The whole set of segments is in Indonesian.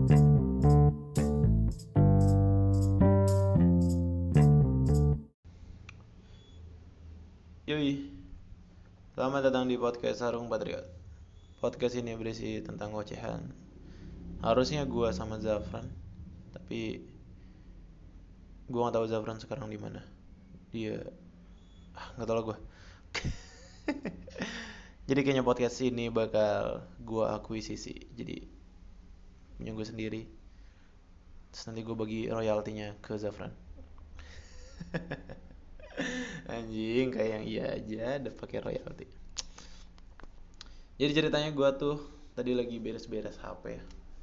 Yoi, selamat datang di podcast Sarung Patriot. Podcast ini berisi tentang ocehan. Harusnya gue sama Zafran, tapi gue nggak tahu Zafran sekarang di mana. Dia, nggak tahu lah gue. Jadi kayaknya podcast ini bakal gue akuisisi. Jadi punya gue sendiri. Terus nanti gue bagi royaltinya ke Zafran. Anjing, kayak yang iya aja, udah pakai royalti. Jadi ceritanya gue tuh tadi lagi beres-beres HP ya.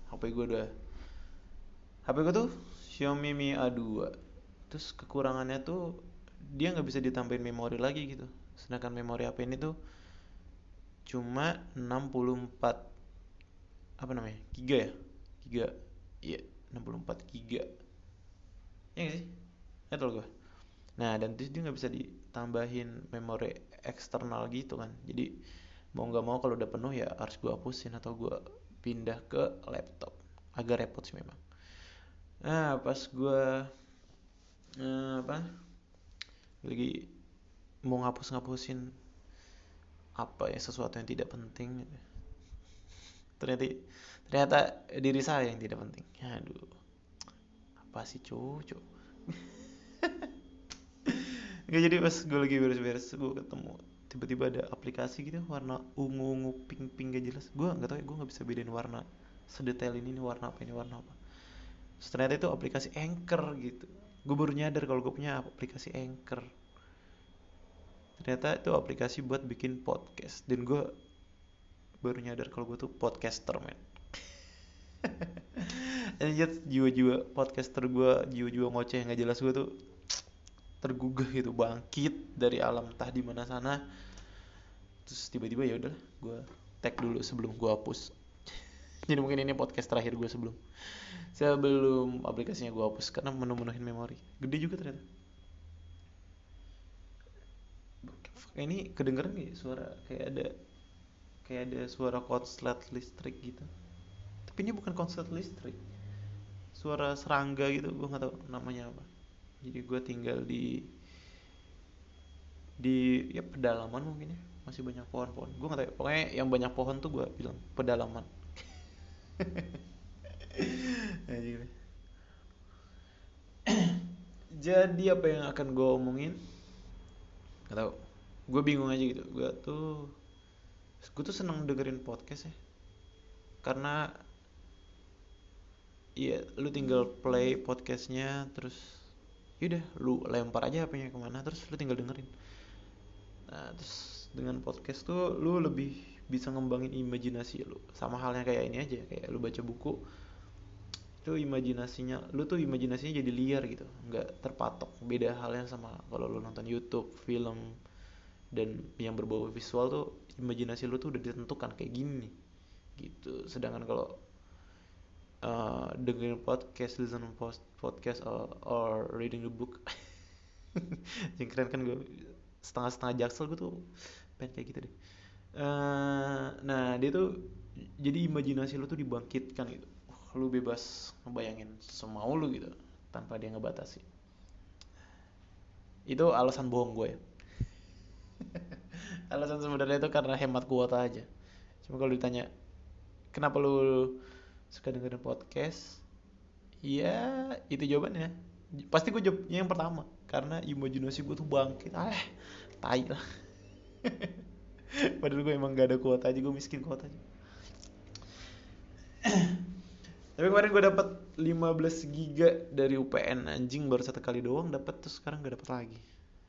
HP gue tuh Xiaomi Mi A2. Terus kekurangannya tuh dia nggak bisa ditambahin memori lagi gitu. Sedangkan memori HP ini tuh cuma 64 apa namanya? Giga ya? Giga. Iya, 64 giga. Ya nggak sih? Ya tau gue. Nah, dan terus dia nggak bisa ditambahin memori eksternal gitu kan. Jadi mau nggak mau kalau udah penuh ya harus gue hapusin atau gue pindah ke laptop. Agak repot sih memang. Nah, pas gue apa lagi mau ngapus-ngapusin apa ya sesuatu yang tidak penting, ternyata diri saya yang tidak penting. Aduh, apa sih cucu. Nggak, jadi pas gue lagi beres-beres gue ketemu tiba-tiba ada aplikasi gitu warna ungu-ungu pink-pink gak jelas. Gue nggak tahu ya, gue nggak bisa bedain warna sedetail ini warna apa, ini warna apa. Terus ternyata itu aplikasi Anchor gitu. Gue baru nyadar kalau gue punya aplikasi Anchor. Ternyata itu aplikasi buat bikin podcast. Dan gue baru nyadar kalau gue tuh podcaster, men. Anjir, jiwa-jiwa podcaster gue, jiwa-jiwa ngoceh gak jelas gue tuh tergugah gitu, bangkit dari alam entah di mana sana. Terus tiba-tiba ya udah gue tag dulu sebelum gue hapus. Jadi mungkin ini podcast terakhir gue sebelum aplikasinya gue hapus karena menuhin memori. Gede juga ternyata. Ini kedengeran nih suara kayak ada suara konslet listrik gitu. Tapi ini bukan konslet listrik. Suara serangga gitu, gue nggak tahu namanya apa. Jadi gue tinggal di ya pedalaman mungkin ya, masih banyak pohon-pohon. Gue nggak tahu. Pokoknya yang banyak pohon tuh gue bilang pedalaman. Jadi apa yang akan gue omongin? Gak tau. Gue bingung aja gitu. Gue tuh seneng dengerin podcast ya. Karena ya lu tinggal play podcastnya terus yaudah lu lempar aja HP-nya kemana terus lu tinggal dengerin. Nah terus dengan podcast tuh lu lebih bisa ngembangin imajinasi lu. Sama halnya kayak ini aja, kayak lu baca buku itu imajinasinya jadi liar gitu, nggak terpatok. Beda halnya sama kalau lu nonton YouTube film dan yang berbau visual tuh imajinasi lu tuh udah ditentukan kayak gini nih gitu. Sedangkan kalau dengerin podcast, listen podcast or reading the book yang keren kan, gue setengah-setengah jaksel gue tuh pengen kayak gitu deh. Nah dia tuh jadi imajinasi lu tuh dibangkitkan gitu. Lu bebas ngebayangin semau lu gitu tanpa dia ngebatasi. Itu alasan bohong gue ya. Alasan sebenarnya itu karena hemat kuota aja. Cuma kalau ditanya kenapa lu suka dengerin podcast, ya itu jawabannya. Pasti gue jawabnya yang pertama, karena imajinasi gue tuh bangkit. Tai lah. Padahal gue emang gak ada kuota aja, gue miskin kuota aja. Tapi kemarin gue dapat 15 giga dari UPN, anjing, baru satu kali doang dapat, terus sekarang gak dapat lagi.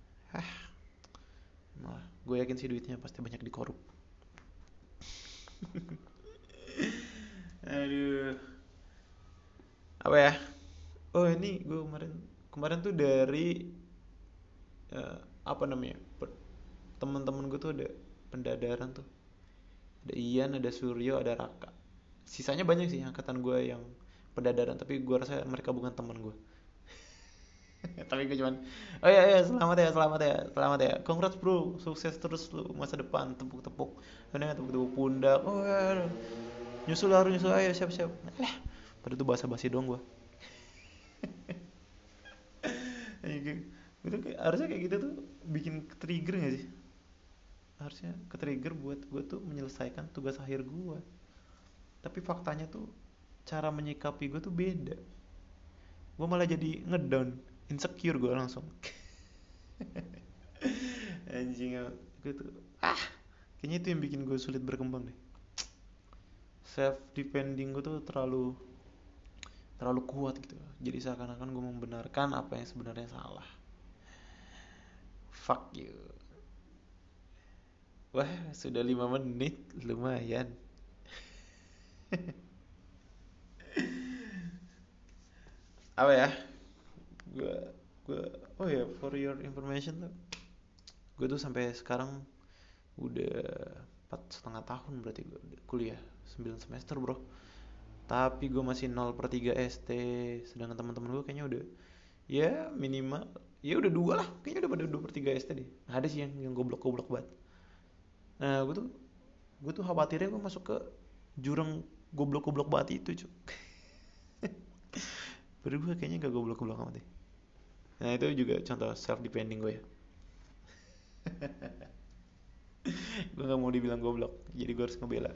Malah gue yakin sih duitnya pasti banyak dikorup. Aduh. Apa ya? Oh ini gue kemarin tuh dari apa namanya? Teman-teman gue tuh ada pendadaran tuh. Ada Ian, ada Suryo, ada Raka. Sisanya banyak sih angkatan gue yang pendadaran, tapi gue rasa mereka bukan teman gue. Tapi gue cuman, oh ya selamat ya, congrats bro, sukses terus lu masa depan, tepuk-tepuk, tepuk-tepuk pundak, oh ya, nyusul ayo siap-siap. Padahal itu basa-basi doang gue. Itu harusnya kayak gitu tuh bikin trigger gak sih? Harusnya ke trigger buat gue tuh menyelesaikan tugas akhir gue. Tapi faktanya tuh cara menyikapi gue tuh beda. Gue malah jadi ngedown, insecure gue langsung. Anjing, gue tuh kayaknya itu yang bikin gue sulit berkembang deh. Self defending gue tuh terlalu terlalu kuat gitu. Jadi seakan-akan gue membenarkan apa yang sebenarnya salah. Fuck you. Wah, sudah 5 menit, lumayan. Apa ya? Gue gue oh ya, for your information tuh, gue tuh sampai sekarang udah 4,5 tahun berarti gue udah kuliah 9 semester bro. Tapi gue masih 0/3 ST. Sedangkan teman-teman gue kayaknya udah, ya minimal, ya udah 2 lah. Kayaknya udah pada 2/3 ST deh. Ada sih yang goblok-goblok banget. Nah gue tuh khawatirnya gue masuk ke jurang goblok-goblok banget itu cuy. Padahal gue kayaknya gak goblok-goblok amat deh. Nah itu juga contoh self defending gue ya. Gue gak mau dibilang goblok, jadi gue harus ngebela.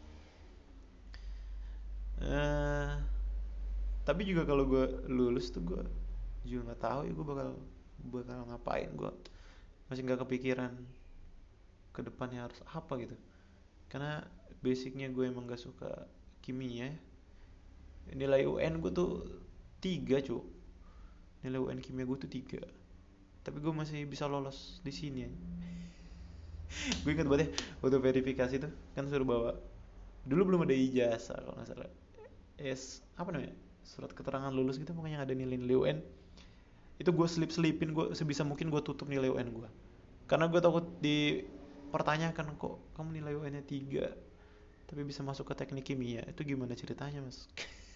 eh tapi juga kalau gue lulus tuh gue juga nggak tahu ya gue bakal bakal ngapain. Gue masih nggak kepikiran ke depannya harus apa gitu, karena basicnya gue emang gak suka kimia. Nilai UN gue tuh 3 cu. Nilai UN kimia gue tuh 3, tapi gue masih bisa lolos di sini ya. Gue inget banget ya, waktu verifikasi tuh kan suruh bawa, dulu belum ada ijazah kalau nggak salah, apa namanya, surat keterangan lulus gitu, pokoknya ada nilai-nilai UN. Itu gue selipin, gue sebisa mungkin gue tutup nilai UN gue, karena gue takut dipertanyakan, kok kamu nilai UN-nya 3 tapi bisa masuk ke teknik kimia, itu gimana ceritanya mas?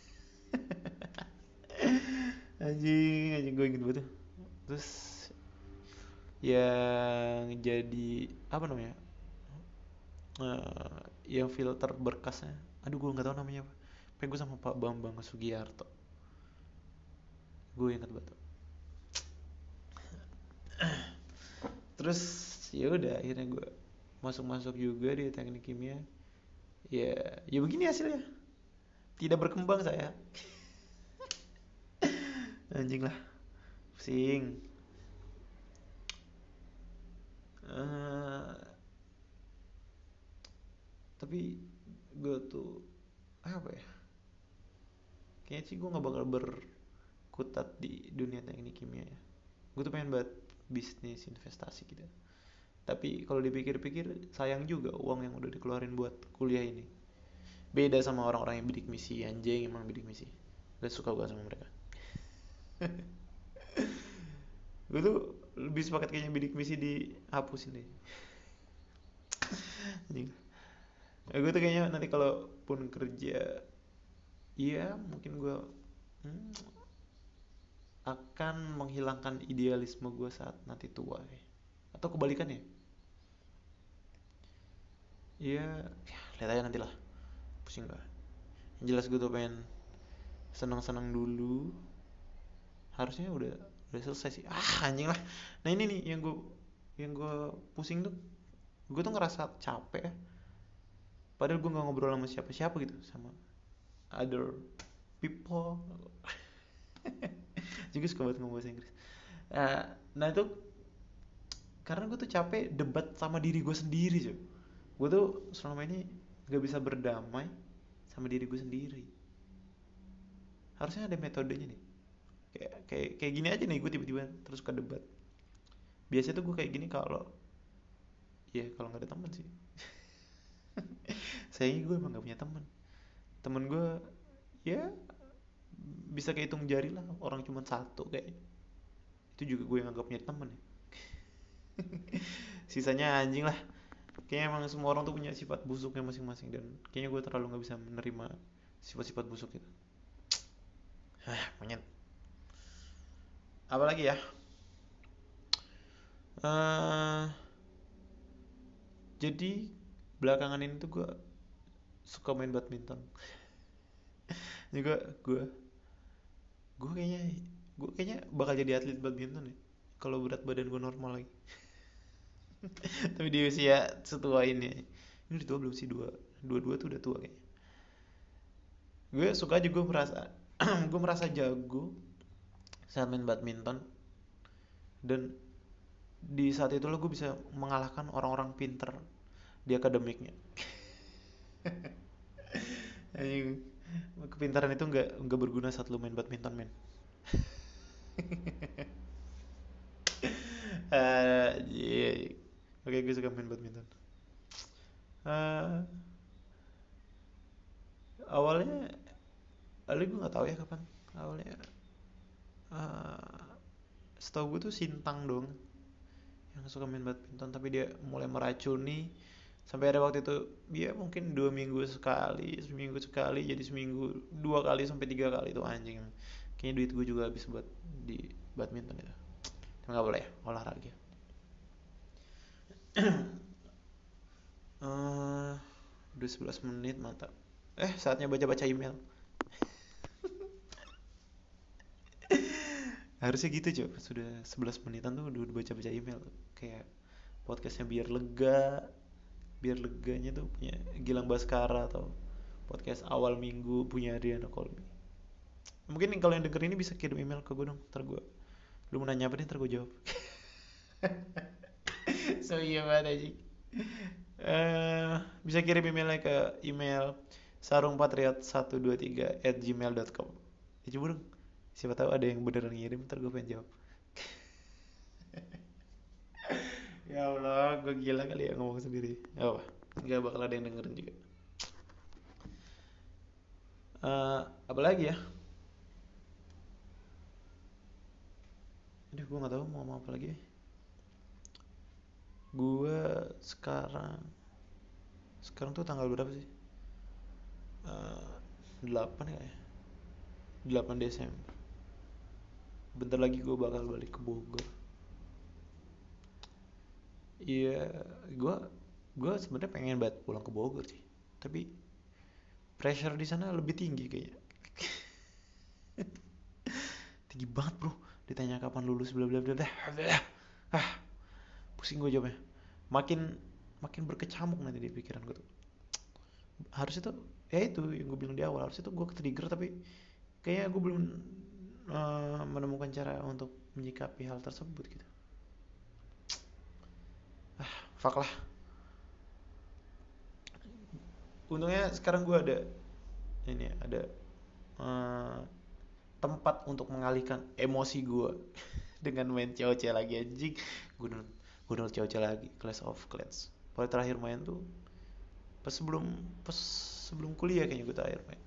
Anjing gue inget banget. Terus yang jadi apa namanya, yang filter berkasnya, aduh gue nggak tahu namanya apa. Pengen gue sama Pak Bambang Sugiarto, gue inget banget. Terus ya udah akhirnya gue masuk juga di teknik kimia. Ya begini hasilnya, tidak berkembang saya. Anjing lah, pusing. Eh, tapi gue tuh apa ya, kayaknya sih gue nggak bakal berkutat di dunia teknik kimia ya. Gue tuh pengen buat bisnis investasi gitu. Tapi kalau dipikir-pikir sayang juga uang yang udah dikeluarin buat kuliah ini. Beda sama orang-orang yang bidik misi, anjing emang bidik misi. Gak suka gue sama mereka. Gue tuh lebih sepakat kayaknya bidik misi dihapusin deh. Anjing. Gue tuh kayaknya nanti kalau pun kerja, iya mungkin gue hmm, akan menghilangkan idealisme gue saat nanti tua ya. Atau kebalikannya. Iya, ya, lihat aja nanti lah. Pusing gak? Yang jelas gue tuh pengen senang-senang dulu. Harusnya udah selesai sih. Anjing lah. Nah ini nih yang gue pusing tuh. Gue tuh ngerasa capek ya. Padahal gue nggak ngobrol sama siapa-siapa gitu, sama other people. Juga suka banget ngomong bahasa Inggris. Nah itu karena gue tuh capek debat sama diri gue sendiri cuy. Gue tuh selama ini gak bisa berdamai sama diri gue sendiri. Harusnya ada metodenya nih. Kayak gini aja nih, gue tiba-tiba terus suka debat. Biasanya tuh gue kayak gini kalau, ya kalau nggak ada teman sih. Sayangnya gue emang gak punya teman. Temen gue ya bisa kehitung jari lah, orang cuma satu kayak. Itu juga gue yang anggap punya temen ya. Sisanya anjing lah. Kayaknya emang semua orang tuh punya sifat busuknya masing-masing, dan kayaknya gue terlalu nggak bisa menerima sifat-sifat busuk itu. Monyet. Apalagi ya? eh jadi belakangan ini tuh gue suka main badminton. juga gue kayaknya bakal jadi atlet badminton ya kalau berat badan gue normal lagi. Tapi di usia setua ini udah tua belum sih, dua tuh udah tua kayaknya. Gue suka aja, gue merasa gue merasa jago saat main badminton, dan di saat itu lo gue bisa mengalahkan orang-orang pinter di akademiknya. Anjing, kepintaran itu nggak berguna saat lo main badminton, men. Yeah. Oke, gue suka main badminton. Eh, awalnya gue nggak tahu ya kapan awalnya. eh Setahu gue tuh Sintang dong yang suka main badminton, tapi dia mulai meracuni sampai ada waktu itu dia mungkin 2 minggu sekali, seminggu sekali, jadi seminggu 2 kali sampai 3 kali. Itu anjing, kayaknya duit gue juga habis buat di badminton itu. Tapi nggak boleh ya, olahraga. eh Udah 11 menit, mantap. Saatnya baca-baca email. Harusnya gitu coba, sudah 11 menitan tuh udah baca-baca email. Kayak podcastnya biar leganya tuh punya Gilang Baskara, atau podcast awal minggu punya Adriana Kolbi. Mungkin kalau yang denger ini bisa kirim email ke gue dong, ntar gue, lu mau nanya apa nih, ntar gue jawab. So iya banget aja. Bisa kirim emailnya ke email sarungpatriot123@gmail.com. Ya coba dong, siapa tahu ada yang beneran ngirim, ntar gue pengen jawab. Ya Allah, gue gila kali ya ngomong sendiri. Apa? Gak bakal ada yang dengerin juga. Apa lagi ya? Aduh, gue nggak tahu mau ngomong apa lagi. Gue sekarang tuh tanggal berapa sih? 8 ya? 8 Desember. Bentar lagi gue bakal balik ke Bogor. Iya, gue sebenarnya pengen banget pulang ke Bogor sih. Tapi pressure di sana lebih tinggi kayaknya. Tinggi banget bro. Ditanya kapan lulus bla bla bla. Pusing gue jawabnya. Makin berkecamuk nanti di pikiran gue tuh. Harusnya tuh ya itu yang gue bilang di awal, harusnya tuh gue ke-trigger, tapi kayaknya gue belum menemukan cara untuk menyikapi hal tersebut gitu. Fuck lah. Untungnya sekarang gue ada uh, tempat untuk mengalihkan emosi gue dengan main COC lagi, anjing. Gue download COC lagi, Clash of Clans. Pada terakhir main tuh pas sebelum kuliah kayaknya gue terakhir main.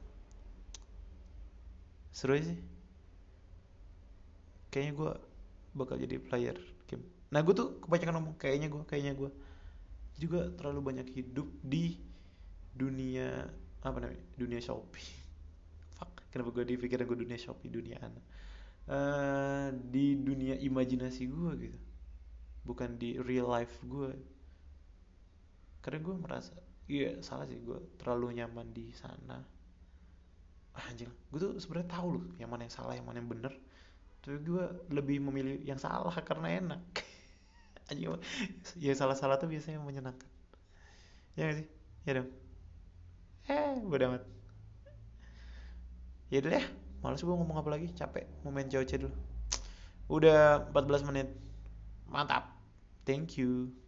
Seru aja sih. Kayaknya gue bakal jadi player game. Nah gue tuh kebanyakan ngomong kayaknya gue. Jadi gue terlalu banyak hidup di dunia dunia Shopee. Fuck, kenapa gue di pikiran gue dunia Shopee, dunia anak. Di dunia imajinasi gue gitu, bukan di real life gue. Karena gue merasa salah sih, gue terlalu nyaman di sana. Anjir, gue tuh sebenarnya tahu loh yang mana yang salah, yang mana yang bener, tapi gue lebih memilih yang salah karena enak. Anjir, ya salah-salah tuh biasanya menyenangkan. Ya gak sih? Ya dong. Bodo amat. Ya udah deh, males gue ngomong apa lagi, capek, mau main COC dulu. Udah 14 menit. Mantap. Thank you.